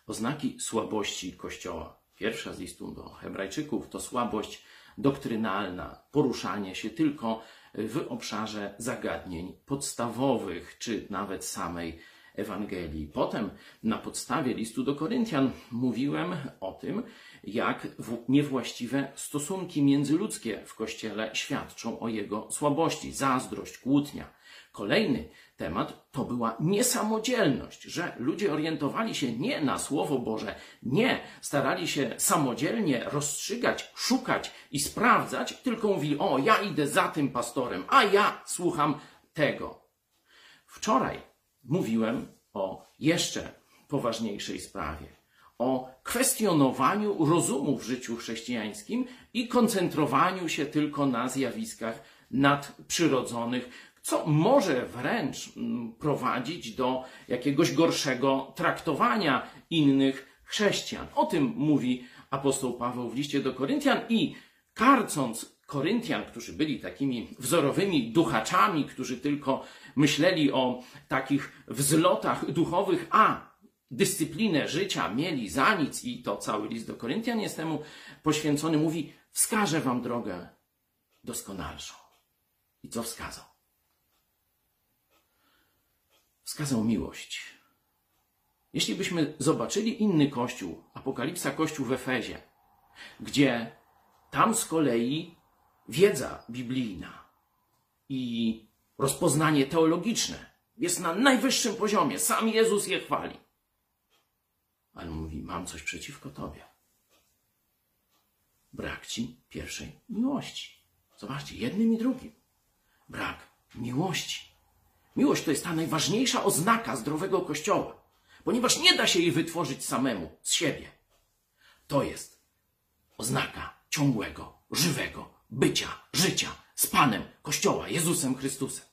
oznaki słabości Kościoła. Pierwsza z listu do Hebrajczyków to słabość doktrynalna, poruszanie się tylko w obszarze zagadnień podstawowych, czy nawet samej Ewangelii. Potem na podstawie listu do Koryntian mówiłem o tym, jak niewłaściwe stosunki międzyludzkie w Kościele świadczą o jego słabości, zazdrość, kłótnia. Kolejny temat to była niesamodzielność, że ludzie orientowali się nie na Słowo Boże, nie starali się samodzielnie rozstrzygać, szukać i sprawdzać, tylko mówili: o, ja idę za tym pastorem, a ja słucham tego. Wczoraj mówiłem o jeszcze poważniejszej sprawie, o kwestionowaniu rozumu w życiu chrześcijańskim i koncentrowaniu się tylko na zjawiskach nadprzyrodzonych, co może wręcz prowadzić do jakiegoś gorszego traktowania innych chrześcijan. O tym mówi apostoł Paweł w liście do Koryntian i karcąc Koryntian, którzy byli takimi wzorowymi duchaczami, którzy tylko myśleli o takich wzlotach duchowych, a dyscyplinę życia mieli za nic, i to cały list do Koryntian jest temu poświęcony, mówi: wskażę wam drogę doskonalszą. I co wskazał? Wskazał miłość. Jeśli byśmy zobaczyli inny kościół, Apokalipsa kościół w Efezie, gdzie tam z kolei wiedza biblijna i rozpoznanie teologiczne jest na najwyższym poziomie, sam Jezus je chwali. Ale mówi: mam coś przeciwko tobie. Brak ci pierwszej miłości. Zobaczcie, jednym i drugim. Brak miłości. Miłość to jest ta najważniejsza oznaka zdrowego Kościoła, ponieważ nie da się jej wytworzyć samemu, z siebie. To jest oznaka ciągłego, żywego bycia, życia z Panem Kościoła, Jezusem Chrystusem.